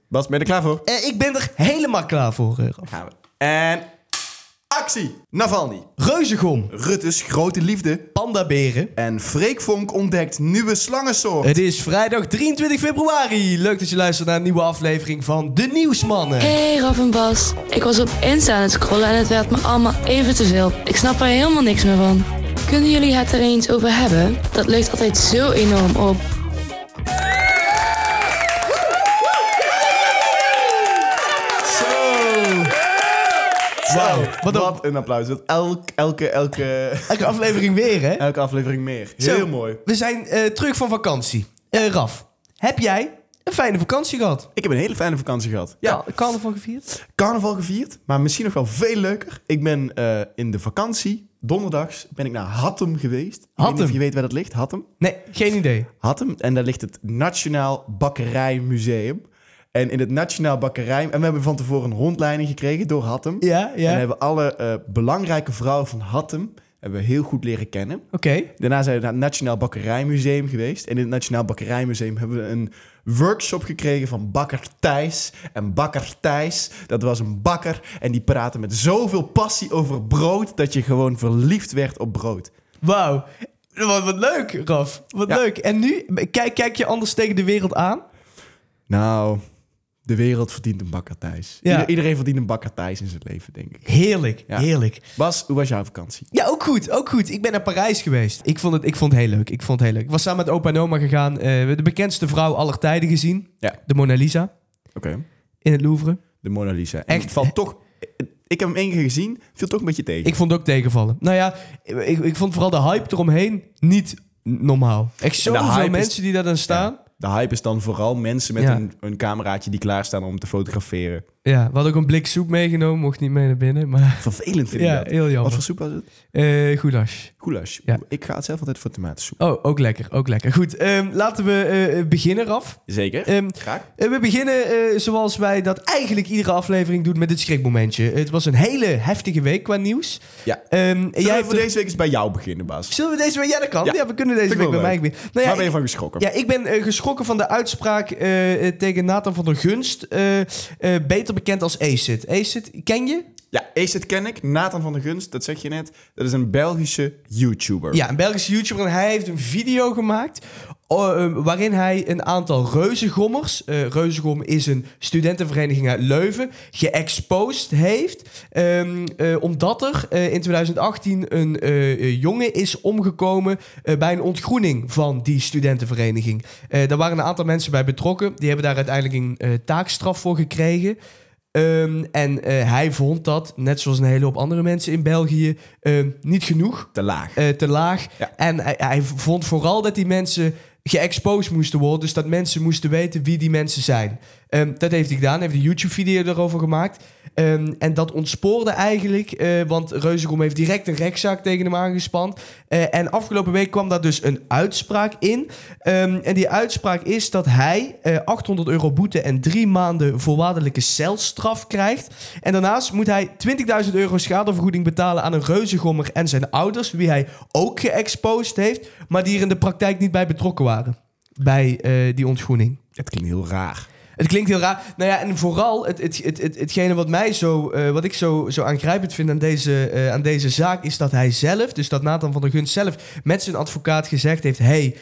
Bas, ben je er klaar voor? Ik ben er helemaal klaar voor, Raf. Gaan we. En actie! Navalny. Reuzegom. Rutte's grote liefde. Pandaberen. En Freek Vonk ontdekt nieuwe slangensoort. Het is vrijdag 23 februari. Leuk dat je luistert naar een nieuwe aflevering van De Nieuwsmannen. Hey Raf en Bas, ik was op Insta aan het scrollen en het werd me allemaal even te veel. Ik snap er helemaal niks meer van. Kunnen jullie het er eens over hebben? Dat lucht altijd zo enorm op. Wauw, Wat een applaus. Dat elke aflevering weer, hè? elke aflevering meer. Heel Zo, mooi. We zijn terug van vakantie. Raf, heb jij een fijne vakantie gehad? Ik heb een hele fijne vakantie gehad. Ja, Carnaval gevierd? carnaval gevierd, maar misschien nog wel veel leuker. Ik ben in de vakantie, donderdags, ben ik naar Hattem geweest. Ik weet niet of je weet waar dat ligt, Hattem. Nee, geen idee. Hattem, en daar ligt het Nationaal Bakkerijmuseum. En in het Nationaal Bakkerij... En we hebben van tevoren een rondleiding gekregen door Hattem. Ja. En hebben alle belangrijke vrouwen van Hattem hebben we heel goed leren kennen. Oké. Daarna zijn we naar het Nationaal Bakkerijmuseum geweest. En in het Nationaal Bakkerijmuseum hebben we een workshop gekregen van bakker Thijs. En bakker Thijs, dat was een bakker. En die praatte met zoveel passie over brood... dat je gewoon verliefd werd op brood. Wauw. Wat leuk, Raf. Wat leuk. En nu, kijk je anders tegen de wereld aan? Nou... De wereld verdient een bakker Thijs. Ja. Iedereen verdient een bakker Thijs in zijn leven, denk ik. Heerlijk, Ja. heerlijk. Bas, hoe was jouw vakantie? Ja, ook goed. Ik ben naar Parijs geweest. Ik vond het heel leuk. Ik was samen met opa en oma gegaan. We hebben de bekendste vrouw aller tijden gezien. Ja. De Mona Lisa. Oké. In het Louvre. De Mona Lisa. En Echt? het valt toch... Ik heb hem één keer gezien. Viel toch een beetje tegen. Ik vond het ook tegenvallen. Nou ja, ik vond vooral de hype eromheen niet normaal. Echt En de zoveel hype mensen die daar dan staan. Ja. De hype is dan vooral mensen met Ja. een cameraatje die klaarstaan om te fotograferen. Ja, we hadden ook een blik soep meegenomen. Mocht niet mee naar binnen. Maar Vervelend vind ik ja, dat. heel jammer. Wat voor soep was het? Goulash. Goulash. Ja. Ik ga het zelf altijd voor tomatensoep. Oh, ook lekker. Goed, laten we beginnen, Raf. Zeker. Graag. We beginnen zoals wij dat eigenlijk iedere aflevering doen met het schrikmomentje. Het was een hele heftige week qua nieuws. Ja. Jij Zullen hebt we voor deze week eens bij jou beginnen, Bas? Zullen we deze week? Ja, dat kan. Ja. Ja, we kunnen deze Vind week ik bij wel mij leuk. beginnen. Nou ja, Waar ben je van geschrokken? Ja, ik ben geschrokken van de uitspraak tegen Nathan van der Gunst. Beter bekend als Acid. Acid, ken je? Ja, Acid ken ik. Nathan van der Gunst, dat zeg je net. Dat is een Belgische YouTuber. Ja, een Belgische YouTuber. En hij heeft een video gemaakt waarin hij een aantal reuzengommers... Reuzengom is een studentenvereniging uit Leuven... geëxposed heeft. Omdat er in 2018 een jongen is omgekomen... bij een ontgroening van die studentenvereniging. Daar waren een aantal mensen bij betrokken. Die hebben daar uiteindelijk een taakstraf voor gekregen... En hij vond dat, net zoals een hele hoop andere mensen in België, niet genoeg. Te laag. Te laag. Ja. En hij vond vooral dat die mensen geëxposed moesten worden. Dus dat mensen moesten weten wie die mensen zijn. Dat heeft hij gedaan. Hij heeft een YouTube-video erover gemaakt. En dat ontspoorde eigenlijk. Want Reuzegom heeft direct een rechtszaak tegen hem aangespand. En afgelopen week kwam daar dus een uitspraak in. En die uitspraak is dat hij €800 boete en 3 maanden voorwaardelijke celstraf krijgt. En daarnaast moet hij €20.000 schadevergoeding betalen aan een Reuzegommer en zijn ouders, wie hij ook geëxposed heeft, maar die er in de praktijk niet bij betrokken waren. Bij die ontgroening. Het klinkt heel raar. Het klinkt heel raar. Nou ja, en vooral hetgene wat ik zo aangrijpend vind aan deze zaak... is dat hij zelf, dus dat Nathan van der Gunst zelf... met zijn advocaat gezegd heeft...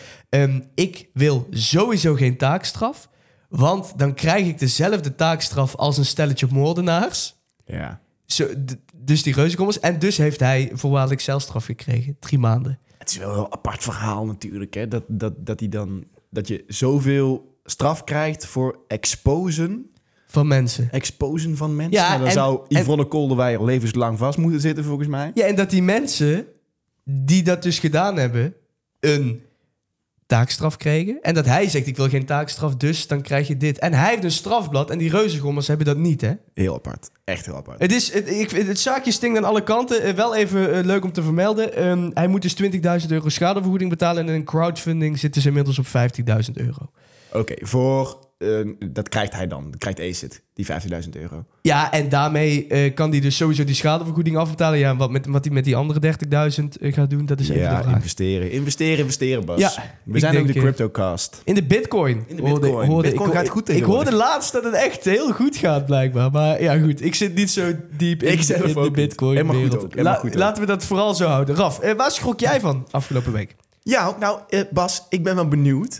ik wil sowieso geen taakstraf... want dan krijg ik dezelfde taakstraf als een stelletje moordenaars. Ja. Dus die reuzenkommers. En dus heeft hij voorwaardelijk celstraf gekregen. 3 maanden. Het is wel een heel apart verhaal natuurlijk, hè. Dat je zoveel straf krijgt voor exposen Van mensen. Exposen van mensen. Ja, Nou, dan en- zou Yvonne Kolderweijer levenslang vast moeten zitten, volgens mij. Ja, en dat die mensen die dat dus gedaan hebben... een taakstraf kregen. En dat hij zegt, ik wil geen taakstraf, dus dan krijg je dit. En hij heeft een strafblad en die reuzengommers hebben dat niet, hè? Heel apart. Echt heel apart. Het zaakje stinkt aan alle kanten. Wel even leuk om te vermelden. Hij moet dus €20.000 schadevergoeding betalen... en in een crowdfunding zitten ze inmiddels op €50.000. Oké, voor dat krijgt hij dan. Dat krijgt ACID, die €15.000. Ja, en daarmee kan hij dus sowieso die schadevergoeding afbetalen. Ja, en wat hij met die andere 30.000 gaat doen, dat is even de vraag. Investeren, Bas. Ja, we zijn ook de denk, CryptoCast. In de Bitcoin. Bitcoin gaat goed Ik tegenwoordig. hoorde laatst dat het echt heel goed gaat, blijkbaar. Maar ja, goed, ik zit niet zo diep in de Bitcoin-wereld. Laten we dat vooral zo houden. Raf, waar schrok jij van afgelopen week? Ja, nou, Bas, ik ben wel benieuwd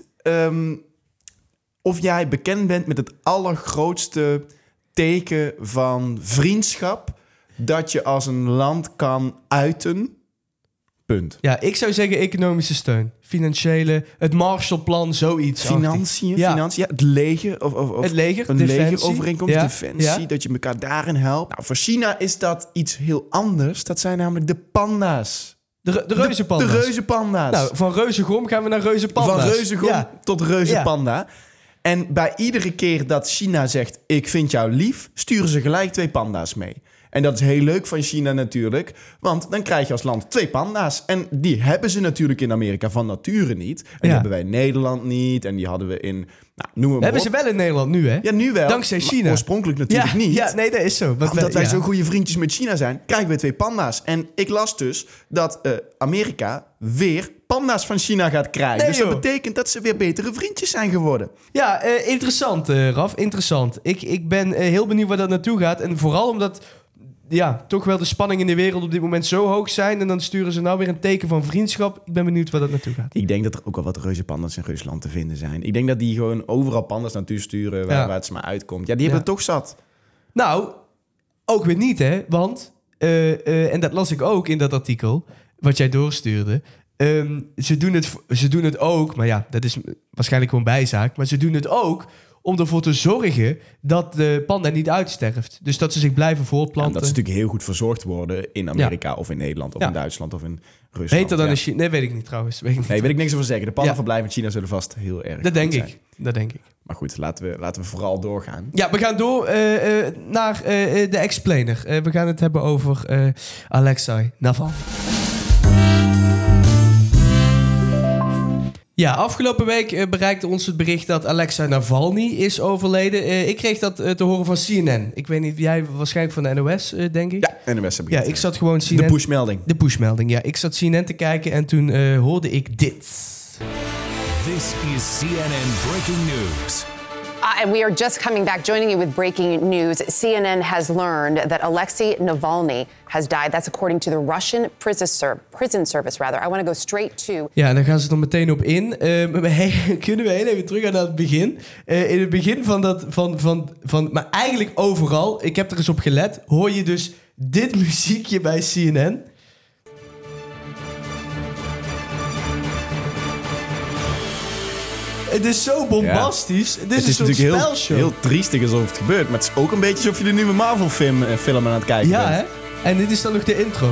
of jij bekend bent met het allergrootste teken van vriendschap dat je als een land kan uiten. Punt. Ja, ik zou zeggen economische steun. Financiële, het Marshallplan, zoiets. Financiën, het leger. Of het leger, een defensie. legerovereenkomst, defensie, dat je elkaar daarin helpt. Nou, voor China is dat iets heel anders. Dat zijn namelijk de panda's. De reuzenpanda's. De reuzenpanda's. Nou, van reuzengom gaan we naar reuzenpanda's. Van reuzengom tot reuzenpanda. Ja. En bij iedere keer dat China zegt, ik vind jou lief, sturen ze gelijk 2 panda's mee. En dat is heel leuk van China natuurlijk. Want dan krijg je als land 2 panda's. En die hebben ze natuurlijk in Amerika van nature niet. En die hebben wij in Nederland niet. En die hadden we in... Nou, noem maar hebben ze wel in Nederland nu, hè? Ja, nu wel. Dankzij China. Oorspronkelijk natuurlijk niet. Ja, nee, dat is zo. Omdat wij zo goede vriendjes met China zijn, krijgen we 2 panda's. En ik las dus dat Amerika weer panda's van China gaat krijgen. Nee, dus dat betekent dat ze weer betere vriendjes zijn geworden. Ja, interessant, Raf. Interessant. Ik ben heel benieuwd waar dat naartoe gaat. En vooral omdat... Ja, toch wel de spanning in de wereld op dit moment zo hoog zijn. En dan sturen ze nou weer een teken van vriendschap. Ik ben benieuwd waar dat naartoe gaat. Ik denk dat er ook wel wat reuzenpanda's in Rusland te vinden zijn. Ik denk dat die gewoon overal panda's naartoe sturen waar het ze maar uitkomt. Ja, die hebben het toch zat. Nou, ook weer niet, hè. Want, en dat las ik ook in dat artikel, wat jij doorstuurde. Ze doen het ook, maar ja, dat is waarschijnlijk gewoon bijzaak. Maar ze doen het ook om ervoor te zorgen dat de panda niet uitsterft. Dus dat ze zich blijven voortplanten. Ja, dat ze natuurlijk heel goed verzorgd worden in Amerika of in Nederland of in Duitsland of in Rusland. Beter dan in China? Nee, weet ik niet trouwens. Weet ik niks over zeggen. De pandaverblijven in China zullen vast heel erg dat denk zijn. Dat denk ik. Maar goed, laten we vooral doorgaan. Ja, we gaan door naar de explainer. We gaan het hebben over Alexei Navalny. Ja, afgelopen week bereikte ons het bericht dat Alexei Navalny is overleden. Ik kreeg dat te horen van CNN. Ik weet niet, jij waarschijnlijk van de NOS, denk ik? Ja, NOS heb ik. Ja, ik zat gewoon CNN... De pushmelding. De pushmelding, ja. Ik zat CNN te kijken en toen hoorde ik dit. This is CNN Breaking News. And we are just coming back, joining you with breaking news. CNN has learned that Alexei Navalny has died. That's according to the Russian prison service. I want to go straight to... Ja, en daar gaan ze er meteen op in. Kunnen we heel even terug naar het begin? In het begin van maar eigenlijk overal, ik heb er eens op gelet, hoor je dus dit muziekje bij CNN. Het is zo bombastisch. Ja. Dit is een soort spelshow. Heel triestig alsof het gebeurt. Maar het is ook een beetje alsof je de nieuwe Marvel-film aan het kijken bent. Ja, hè? En dit is dan nog de intro.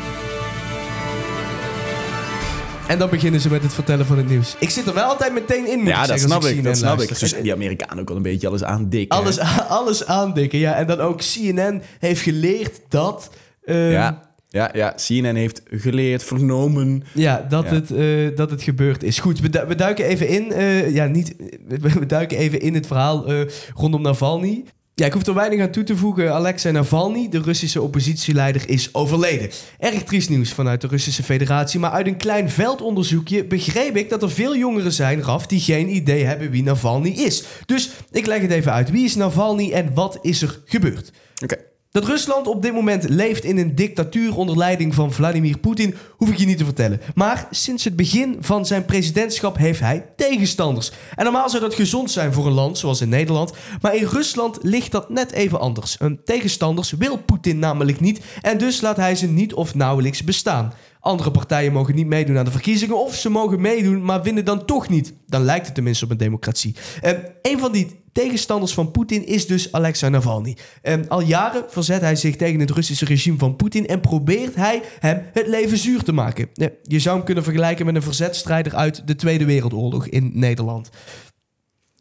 En dan beginnen ze met het vertellen van het nieuws. Ik zit er wel altijd meteen in, moet ik zeggen. Dat snap ik. Dus die Amerikanen ook wel een beetje alles aandikken. Alles aandikken, ja. En dan ook CNN heeft geleerd dat... Ja, CNN heeft geleerd, vernomen. Ja, dat het gebeurd is. Goed, we duiken even in. We duiken even in het verhaal rondom Navalny. Ja, ik hoef er weinig aan toe te voegen. Alexei Navalny, de Russische oppositieleider, is overleden. Erg triest nieuws vanuit de Russische Federatie. Maar uit een klein veldonderzoekje begreep ik dat er veel jongeren zijn, Raf, die geen idee hebben wie Navalny is. Dus ik leg het even uit. Wie is Navalny en wat is er gebeurd? Oké. Dat Rusland op dit moment leeft in een dictatuur onder leiding van Vladimir Poetin, hoef ik je niet te vertellen. Maar sinds het begin van zijn presidentschap heeft hij tegenstanders. En normaal zou dat gezond zijn voor een land zoals in Nederland. Maar in Rusland ligt dat net even anders. Tegenstanders wil Poetin namelijk niet en dus laat hij ze niet of nauwelijks bestaan. Andere partijen mogen niet meedoen aan de verkiezingen of ze mogen meedoen, maar winnen dan toch niet. Dan lijkt het tenminste op een democratie. Een van die tegenstanders van Poetin is dus Alexei Navalny. Al jaren verzet hij zich tegen het Russische regime van Poetin en probeert hij hem het leven zuur te maken. Je zou hem kunnen vergelijken met een verzetstrijder uit de Tweede Wereldoorlog in Nederland.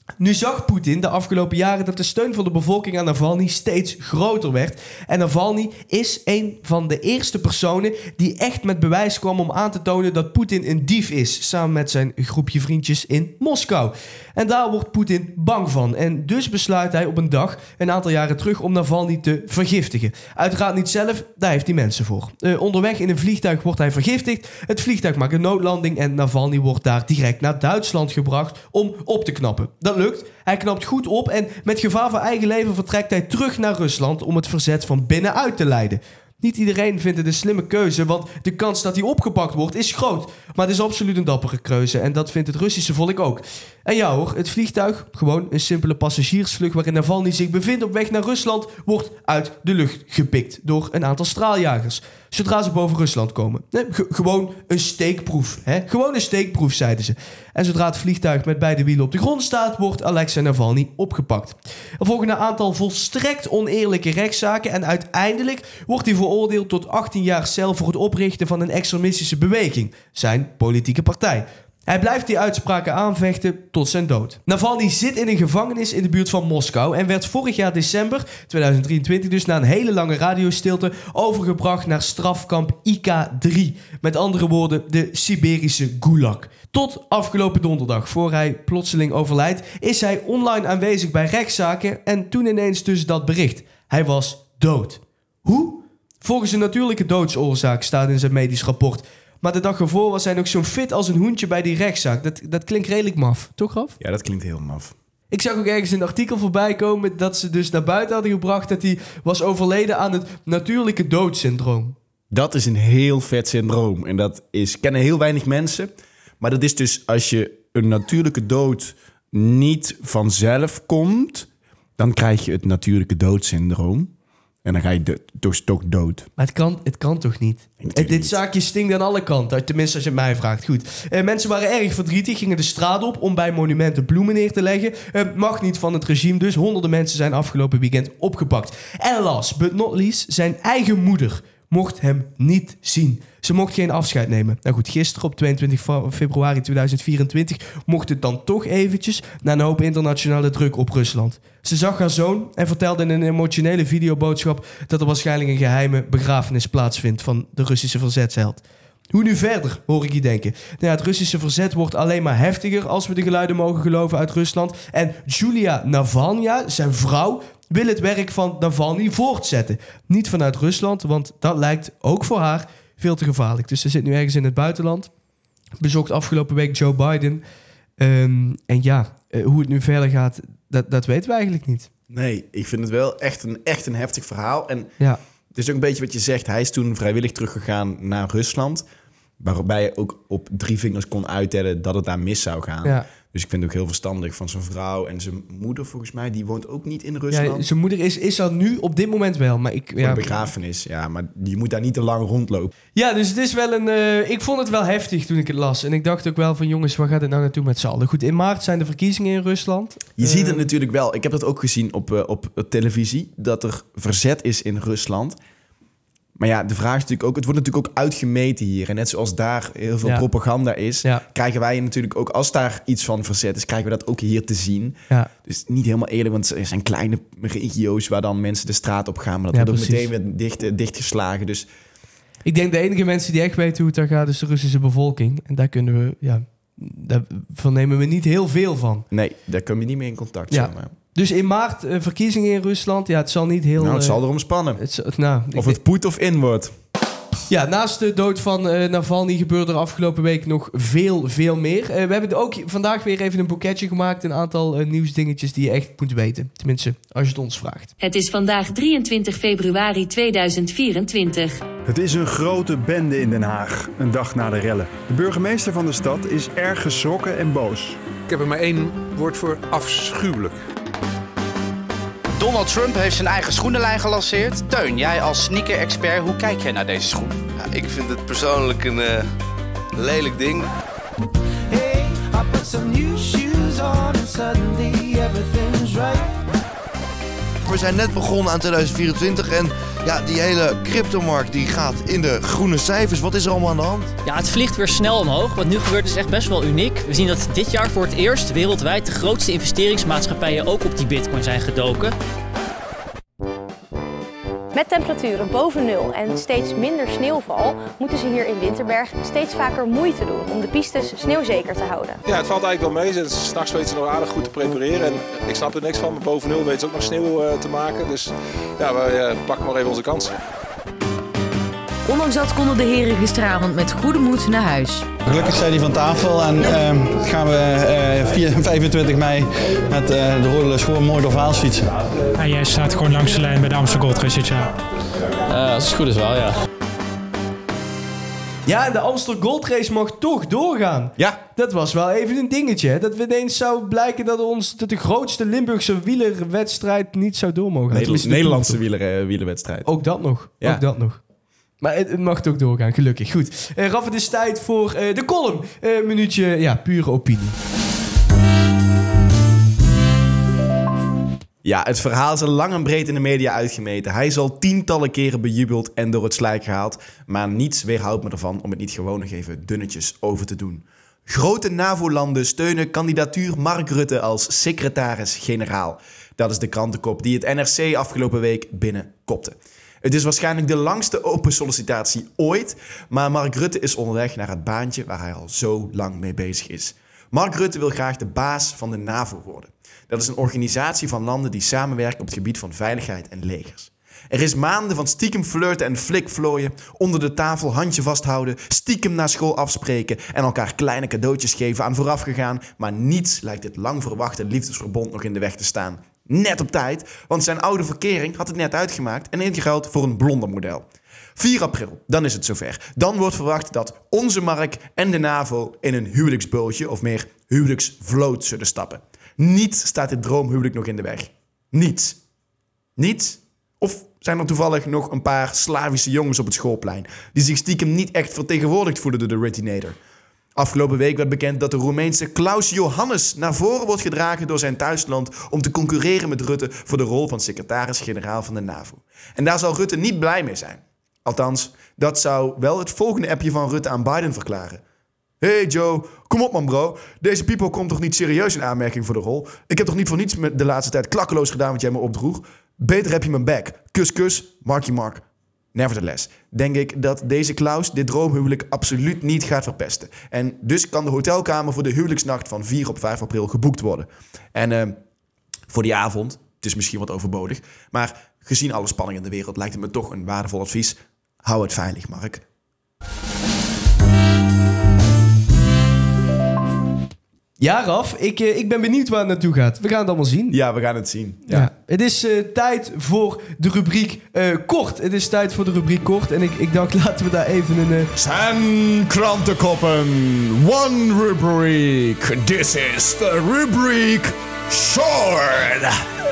Nu zag Poetin de afgelopen jaren dat de steun van de bevolking aan Navalny steeds groter werd. En Navalny is een van de eerste personen die echt met bewijs kwam om aan te tonen dat Poetin een dief is. Samen met zijn groepje vriendjes in Moskou. En daar wordt Poetin bang van. En dus besluit hij op een dag, een aantal jaren terug, om Navalny te vergiftigen. Uiteraard niet zelf, daar heeft hij mensen voor. Onderweg in een vliegtuig wordt hij vergiftigd. Het vliegtuig maakt een noodlanding en Navalny wordt daar direct naar Duitsland gebracht om op te knappen. Dat lukt. Hij knapt goed op en met gevaar voor eigen leven vertrekt hij terug naar Rusland om het verzet van binnenuit te leiden. Niet iedereen vindt het een slimme keuze, want de kans dat hij opgepakt wordt is groot. Maar het is absoluut een dappere keuze en dat vindt het Russische volk ook. En ja hoor, het vliegtuig, gewoon een simpele passagiersvlucht waarin Navalny zich bevindt op weg naar Rusland, wordt uit de lucht gepikt door een aantal straaljagers. Zodra ze boven Rusland komen. Gewoon een steekproef. Gewoon een steekproef, zeiden ze. En zodra het vliegtuig met beide wielen op de grond staat, wordt Alexei Navalny opgepakt. Er volgen een aantal volstrekt oneerlijke rechtszaken en uiteindelijk wordt hij veroordeeld tot 18 jaar cel voor het oprichten van een extremistische beweging, zijn politieke partij. Hij blijft die uitspraken aanvechten tot zijn dood. Navalny zit in een gevangenis in de buurt van Moskou en werd vorig jaar december 2023 dus na een hele lange radiostilte overgebracht naar strafkamp IK-3. Met andere woorden, de Siberische Gulag. Tot afgelopen donderdag, voor hij plotseling overlijdt, is hij online aanwezig bij rechtszaken en toen ineens dus dat bericht. Hij was dood. Hoe? Volgens een natuurlijke doodsoorzaak staat in zijn medisch rapport. Maar de dag ervoor was hij nog zo fit als een hoentje bij die rechtszaak. Dat klinkt redelijk maf, toch Raf? Ja, dat klinkt heel maf. Ik zag ook ergens een artikel voorbij komen dat ze dus naar buiten hadden gebracht dat hij was overleden aan het natuurlijke doodsyndroom. Dat is een heel vet syndroom. En dat kennen heel weinig mensen. Maar dat is dus als je een natuurlijke dood niet vanzelf komt, dan krijg je het natuurlijke doodsyndroom. En dan ga je toch dood. Maar het kan toch niet? Dit zaakje stinkt aan alle kanten. Tenminste, als je het mij vraagt. Goed. Mensen waren erg verdrietig. Gingen de straat op om bij monumenten bloemen neer te leggen. Mag niet van het regime dus. Honderden mensen zijn afgelopen weekend opgepakt. En last but not least, zijn eigen moeder mocht hem niet zien. Ze mocht geen afscheid nemen. Nou goed, gisteren op 22 februari 2024 mocht het dan toch eventjes na een hoop internationale druk op Rusland. Ze zag haar zoon en vertelde in een emotionele videoboodschap dat er waarschijnlijk een geheime begrafenis plaatsvindt van de Russische verzetsheld. Hoe nu verder, hoor ik je denken. Nou ja, het Russische verzet wordt alleen maar heftiger als we de geluiden mogen geloven uit Rusland. En Julia Navalnaya, zijn vrouw, wil het werk van Navalny voortzetten. Niet vanuit Rusland, want dat lijkt ook voor haar veel te gevaarlijk. Dus ze zit nu ergens in het buitenland. Bezocht afgelopen week Joe Biden. En ja, hoe het nu verder gaat, dat weten we eigenlijk niet. Nee, ik vind het wel echt een heftig verhaal. En ja. Het is ook een beetje wat je zegt. Hij is toen vrijwillig teruggegaan naar Rusland, waarbij je ook op 3 vingers kon uittellen dat het daar mis zou gaan. Ja. Dus ik vind het ook heel verstandig van zijn vrouw en zijn moeder, volgens mij. Die woont ook niet in Rusland. Ja, zijn moeder is er nu op dit moment wel. Maar een begrafenis, ja. Maar je moet daar niet te lang rondlopen. Ja, dus het is wel ik vond het wel heftig toen ik het las. En ik dacht ook wel van, jongens, waar gaat het nou naartoe met z'n allen? Goed, in maart zijn de verkiezingen in Rusland. Je ziet het natuurlijk wel. Ik heb dat ook gezien op televisie, dat er verzet is in Rusland. Maar ja, de vraag is natuurlijk ook, het wordt natuurlijk ook uitgemeten hier. En net zoals daar heel veel propaganda is, krijgen wij natuurlijk ook, als daar iets van verzet is, krijgen we dat ook hier te zien. Ja. Dus niet helemaal eerlijk, want er zijn kleine regio's waar dan mensen de straat op gaan. Maar dat wordt ook meteen weer dichtgeslagen. Dus ik denk de enige mensen die echt weten hoe het daar gaat, is de Russische bevolking. En daar kunnen we, daar vernemen we niet heel veel van. Nee, daar kom je niet mee in contact. Ja. Zeg maar. Dus in maart verkiezingen in Rusland. Ja, het zal niet heel... het zal erom spannen. Of het poet of in wordt. Ja, naast de dood van Navalny gebeurde er afgelopen week nog veel meer. We hebben ook vandaag weer even een boeketje gemaakt. Een aantal nieuwsdingetjes die je echt moet weten. Tenminste, als je het ons vraagt. Het is vandaag 23 februari 2024. Het is een grote bende in Den Haag, een dag na de rellen. De burgemeester van de stad is erg geschrokken en boos. Ik heb er maar 1 woord voor: afschuwelijk. Donald Trump heeft zijn eigen schoenenlijn gelanceerd. Teun, jij als sneaker-expert, hoe kijk jij naar deze schoen? Ja, ik vind het persoonlijk een lelijk ding. Hey, I put some new shoes on and suddenly everything's right. we zijn net begonnen aan 2024 en ja, die hele cryptomarkt die gaat in de groene cijfers. Wat is er allemaal aan de hand? Ja, het vliegt weer snel omhoog. Wat nu gebeurt is echt best wel uniek. We zien dat dit jaar voor het eerst wereldwijd de grootste investeringsmaatschappijen ook op die bitcoin zijn gedoken. Met temperaturen boven nul en steeds minder sneeuwval moeten ze hier in Winterberg steeds vaker moeite doen om de pistes sneeuwzeker te houden. Ja, het valt eigenlijk wel mee. S'nachts weten ze nog aardig goed te prepareren. En ik snap er niks van, maar boven nul weten ze ook nog sneeuw te maken. Dus ja, we pakken maar even onze kansen. Ondanks dat konden de heren gisteravond met goede moed naar huis. Gelukkig zijn die van tafel en gaan we 25 mei met de Rodelus gewoon mooi door Vaals fietsen. En jij staat gewoon langs de lijn bij de Amstel Gold Race dit jaar? Als het goed is wel, ja. Ja, de Amstel Gold Race mag toch doorgaan. Ja. Dat was wel even een dingetje. Hè? Dat we ineens zou blijken dat de grootste Limburgse wielerwedstrijd niet zou door mogen gaan. Nederlandse wielerwedstrijd. Ook dat nog. Ja. Ook dat nog. Maar het mag toch doorgaan, gelukkig. Goed. Raf, het is tijd voor de column. Minuutje, pure opinie. Ja, het verhaal is al lang en breed in de media uitgemeten. Hij is al tientallen keren bejubeld en door het slijk gehaald. Maar niets weerhoudt me ervan om het niet gewoon nog even dunnetjes over te doen. Grote NAVO-landen steunen kandidatuur Mark Rutte als secretaris-generaal. Dat is de krantenkop die het NRC afgelopen week binnenkopte. Het is waarschijnlijk de langste open sollicitatie ooit, maar Mark Rutte is onderweg naar het baantje waar hij al zo lang mee bezig is. Mark Rutte wil graag de baas van de NAVO worden. Dat is een organisatie van landen die samenwerken op het gebied van veiligheid en legers. Er is maanden van stiekem flirten en flikvlooien, onder de tafel handje vasthouden, stiekem na school afspreken en elkaar kleine cadeautjes geven aan voorafgegaan, maar niets lijkt het lang verwachte liefdesverbond nog in de weg te staan. Net op tijd, want zijn oude verkering had het net uitgemaakt en ingeruild voor een blonder model. 4 april, dan is het zover. Dan wordt verwacht dat onze Mark en de NAVO in een huwelijksbootje, of meer huwelijksvloot, zullen stappen. Niets staat dit droomhuwelijk nog in de weg. Niets. Niets? Of zijn er toevallig nog een paar Slavische jongens op het schoolplein die zich stiekem niet echt vertegenwoordigd voelen door de Ruttinator? Afgelopen week werd bekend dat de Roemeense Klaus Johannes naar voren wordt gedragen door zijn thuisland om te concurreren met Rutte voor de rol van secretaris-generaal van de NAVO. En daar zal Rutte niet blij mee zijn. Althans, dat zou wel het volgende appje van Rutte aan Biden verklaren. Hey Joe, kom op man bro. Deze people komt toch niet serieus in aanmerking voor de rol? Ik heb toch niet voor niets de laatste tijd klakkeloos gedaan wat jij me opdroeg? Beter heb je mijn back. Kus kus, Marky Mark. Nevertheless, denk ik dat deze Klaus dit droomhuwelijk absoluut niet gaat verpesten. En dus kan de hotelkamer voor de huwelijksnacht van 4 op 5 april geboekt worden. En voor die avond, het is misschien wat overbodig, maar gezien alle spanning in de wereld lijkt het me toch een waardevol advies. Hou het veilig, Mark. Ja, Raf, ik ben benieuwd waar het naartoe gaat. We gaan het allemaal zien. Ja, we gaan het zien. Ja. Het is tijd voor de rubriek kort. Het is tijd voor de rubriek kort. En ik dacht, laten we daar even een... Zijn krantenkoppen. One rubriek. This is the rubriek short.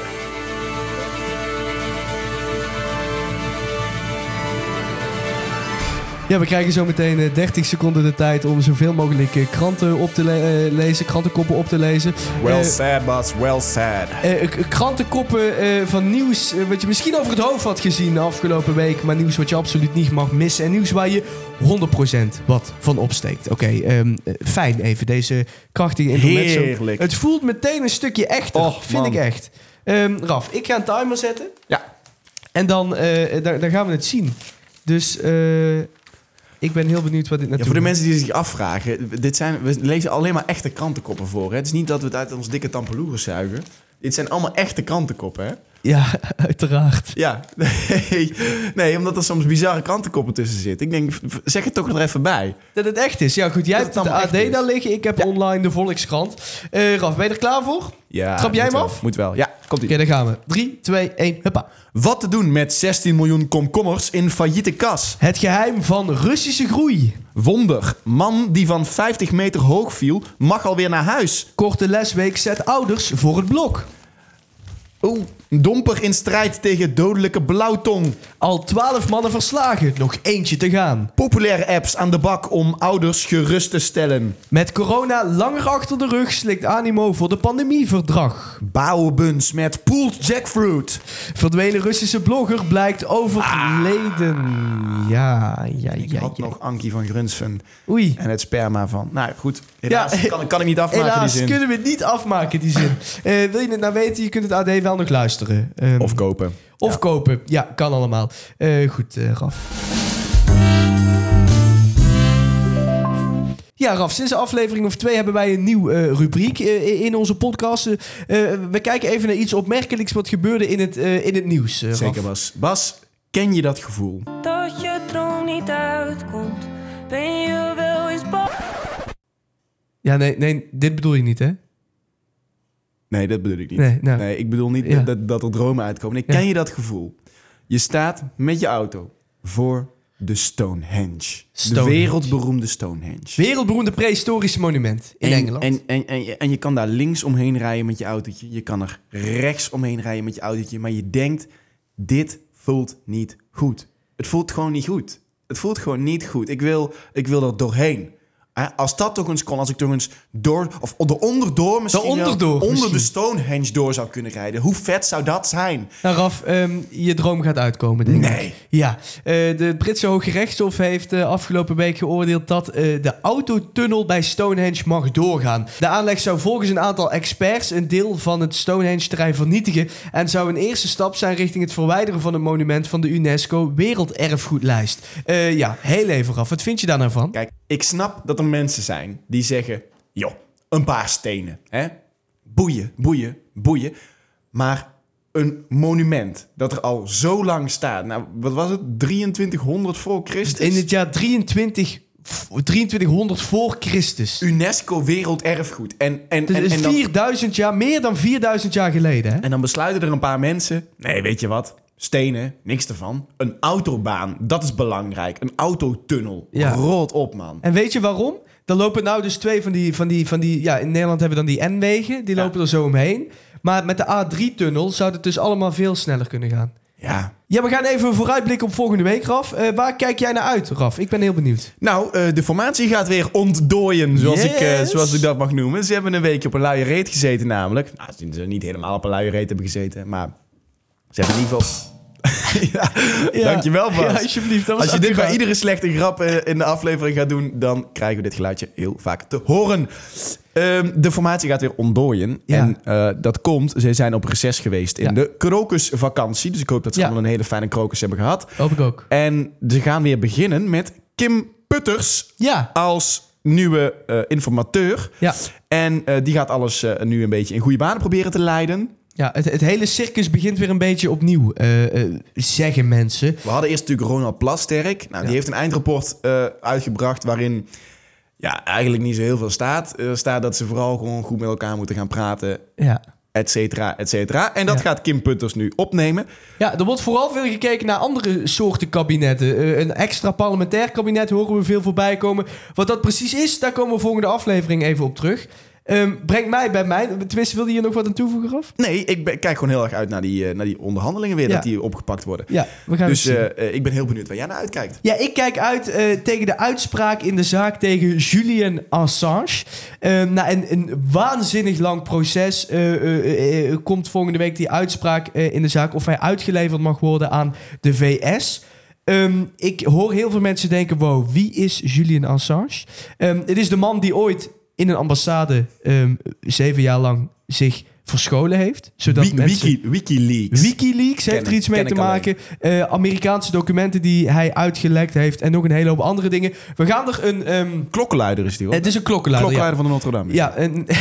Ja, we krijgen zo meteen 30 seconden de tijd om zoveel mogelijk kranten op te lezen, krantenkoppen op te lezen. Well said, Bas, well said. Krantenkoppen van nieuws wat je misschien over het hoofd had gezien de afgelopen week, maar nieuws wat je absoluut niet mag missen en nieuws waar je 100% wat van opsteekt. Oké, fijn even, deze krachtige intermezzo. Heerlijk. Het voelt meteen een stukje echter, vind ik echt. Raf, ik ga een timer zetten. Ja. En dan gaan we het zien. Dus... ik ben heel benieuwd wat dit naartoe voor de mensen die zich afvragen, we lezen alleen maar echte krantenkoppen voor. Hè? Het is niet dat we het uit ons dikke tampeloeren zuigen. Dit zijn allemaal echte krantenkoppen, hè? Ja, uiteraard. Ja, nee, omdat er soms bizarre krantenkoppen tussen zitten. Ik denk, zeg het toch er even bij. Dat het echt is. Ja, goed. Jij hebt de AD daar liggen. Ik heb online de Volkskrant. Raf, ben je er klaar voor? Ja. Trap jij hem af? Moet wel. Ja, komt-ie. Oké, dan gaan we. 3, 2, 1, huppa. Wat te doen met 16 miljoen komkommers in failliete kas? Het geheim van Russische groei. Wonder. Man die van 50 meter hoog viel, mag alweer naar huis. Korte lesweek zet ouders voor het blok. Een domper in strijd tegen dodelijke blauwtong. Al 12 mannen verslagen, nog eentje te gaan. Populaire apps aan de bak om ouders gerust te stellen. Met corona langer achter de rug slikt Animo voor de pandemieverdrag. Bouwenbuns met pooled jackfruit. Verdwenen Russische blogger blijkt overleden. Ik had nog Ankie van Grunsven. Oei. En het sperma van... Nou goed, helaas kan ik niet afmaken helaas die zin. kunnen we het niet afmaken die zin. Wil je het nou weten, je kunt het AD wel nog luisteren. Of kopen. Of kopen, ja, kan allemaal. Goed, Raf. Ja, Raf, sinds een aflevering of 2 hebben wij een nieuw rubriek in onze podcast. We kijken even naar iets opmerkelijks wat gebeurde in het nieuws. Raf. Zeker, Bas. Bas, ken je dat gevoel? Dat je droom niet uitkomt, ben je wel eens bang? Ja, nee, dit bedoel je niet, hè? Nee, dat bedoel ik niet. Nee, ik bedoel niet dat er dromen uitkomen. Nee, ken je dat gevoel? Je staat met je auto voor de Stonehenge. De wereldberoemde Stonehenge. Wereldberoemde prehistorische monument in Engeland. En je kan daar links omheen rijden met je autootje. Je kan er rechts omheen rijden met je autootje. Maar je denkt, dit voelt niet goed. Het voelt gewoon niet goed. Het voelt gewoon niet goed. Ik wil er doorheen. Als dat toch eens kon, als ik toch eens onderdoor misschien onder de Stonehenge door zou kunnen rijden. Hoe vet zou dat zijn? Nou Raf, je droom gaat uitkomen, denk ik. Nee. Ja, de Britse Hoge Rechtshof heeft afgelopen week geoordeeld dat de autotunnel bij Stonehenge mag doorgaan. De aanleg zou volgens een aantal experts een deel van het Stonehenge-terrein vernietigen en zou een eerste stap zijn richting het verwijderen van het monument van de UNESCO Werelderfgoedlijst. Heel even Raf, wat vind je daar nou van? Kijk, ik snap dat er mensen zijn die zeggen, joh, een paar stenen, hè? Boeien. Maar een monument dat er al zo lang staat, nou, wat was het? 2300 voor Christus? In het jaar 2300 voor Christus. UNESCO Werelderfgoed. En 4000 jaar, meer dan 4000 jaar geleden, hè? En dan besluiten er een paar mensen, nee, weet je wat? Stenen, niks ervan. Een autobaan, dat is belangrijk. Een autotunnel, rot op, man. En weet je waarom? Dan lopen nou dus 2 van die... Ja, in Nederland hebben we dan die N-wegen. Die lopen er zo omheen. Maar met de A3-tunnel zou het dus allemaal veel sneller kunnen gaan. Ja. Ja, we gaan even vooruitblikken op volgende week, Raf. Waar kijk jij naar uit, Raf? Ik ben heel benieuwd. Nou, de formatie gaat weer ontdooien, zoals ik dat mag noemen. Ze hebben een weekje op een luie reet gezeten namelijk. Nou, ze niet helemaal op een luie reet hebben gezeten, maar... Ze hebben in ieder geval... Dankjewel, Bas. Ja, alsjeblieft. Als je dit bij iedere slechte grap in de aflevering gaat doen, dan krijgen we dit geluidje heel vaak te horen. De formatie gaat weer ontdooien. Ja. En dat komt, zij zijn op reces geweest in de krokusvakantie. Dus ik hoop dat ze allemaal een hele fijne krokus hebben gehad. Hoop ik ook. En ze gaan weer beginnen met Kim Putters als nieuwe informateur. Ja. En die gaat alles nu een beetje in goede banen proberen te leiden. Ja, het hele circus begint weer een beetje opnieuw, zeggen mensen. We hadden eerst natuurlijk Ronald Plasterk. Nou, die heeft een eindrapport uitgebracht waarin eigenlijk niet zo heel veel staat. Er staat dat ze vooral gewoon goed met elkaar moeten gaan praten, et cetera, et cetera. En dat gaat Kim Putters nu opnemen. Ja, er wordt vooral veel gekeken naar andere soorten kabinetten. Een extra parlementair kabinet horen we veel voorbij komen. Wat dat precies is, daar komen we volgende aflevering even op terug. Brengt mij bij mij. Tenminste, wilde je nog wat aan toevoegen, Raf? Nee, ik kijk gewoon heel erg uit naar die onderhandelingen weer, dat die opgepakt worden. Ja, we gaan dus ik ben heel benieuwd waar jij naar uitkijkt. Ja, ik kijk uit tegen de uitspraak in de zaak tegen Julian Assange. Na een waanzinnig lang proces komt volgende week die uitspraak in de zaak of hij uitgeleverd mag worden aan de VS. Ik hoor heel veel mensen denken, wow, wie is Julian Assange? Het is de man die ooit in een ambassade 7 jaar lang zich verscholen heeft. Zodat Wikileaks heeft er iets mee te maken. Amerikaanse documenten die hij uitgelekt heeft. En nog een hele hoop andere dingen. We gaan er een... klokkenluider is die, hoor. Het is een klokkenluider, van de Notre Dame. Ja,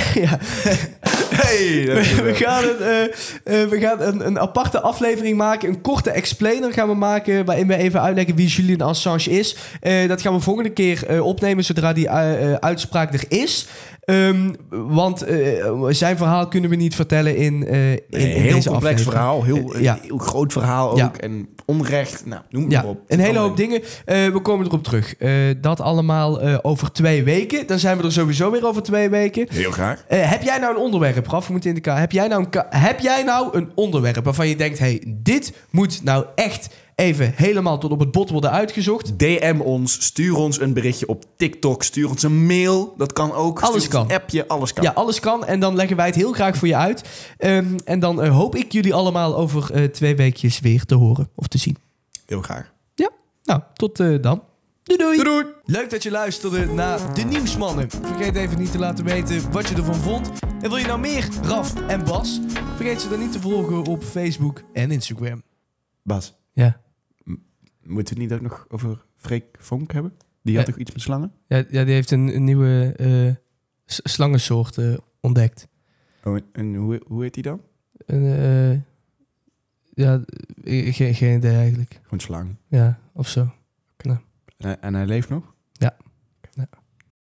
Hey, we gaan een aparte aflevering maken. Een korte explainer gaan we maken, waarin we even uitleggen wie Julian Assange is. Dat gaan we volgende keer opnemen, zodra die uitspraak er is. Want zijn verhaal kunnen we niet vertellen in heel deze complex aflevering. verhaal. Heel groot verhaal ook. Ja. En onrecht. Nou, noem het maar op. Een hele hoop dingen. We komen erop terug. Dat allemaal over 2 weken. Dan zijn we er sowieso weer over 2 weken. Heel graag. Heb jij nou een onderwerp, Raf? We moeten in de kaart. Heb jij nou een onderwerp waarvan je denkt... hey, dit moet nou echt even helemaal tot op het bot worden uitgezocht? DM ons, stuur ons een berichtje op TikTok, stuur ons een mail. Dat kan ook. Alles kan. Een appje, alles kan. Ja, alles kan. En dan leggen wij het heel graag voor je uit. En dan hoop ik jullie allemaal over 2 weekjes weer te horen of te zien. Heel graag. Ja, nou, tot dan. Doei doei. Leuk dat je luisterde naar De Nieuwsmannen. Vergeet even niet te laten weten wat je ervan vond. En wil je nou meer Raf en Bas? Vergeet ze dan niet te volgen op Facebook en Instagram. Bas. Ja. Moeten we het niet ook nog over Freek Vonk hebben? Die had toch iets met slangen? Ja, die heeft een nieuwe slangensoort ontdekt. Oh, en hoe heet die dan? Geen idee eigenlijk. Gewoon slang. Ja, of zo. Nou. En hij leeft nog? Ja.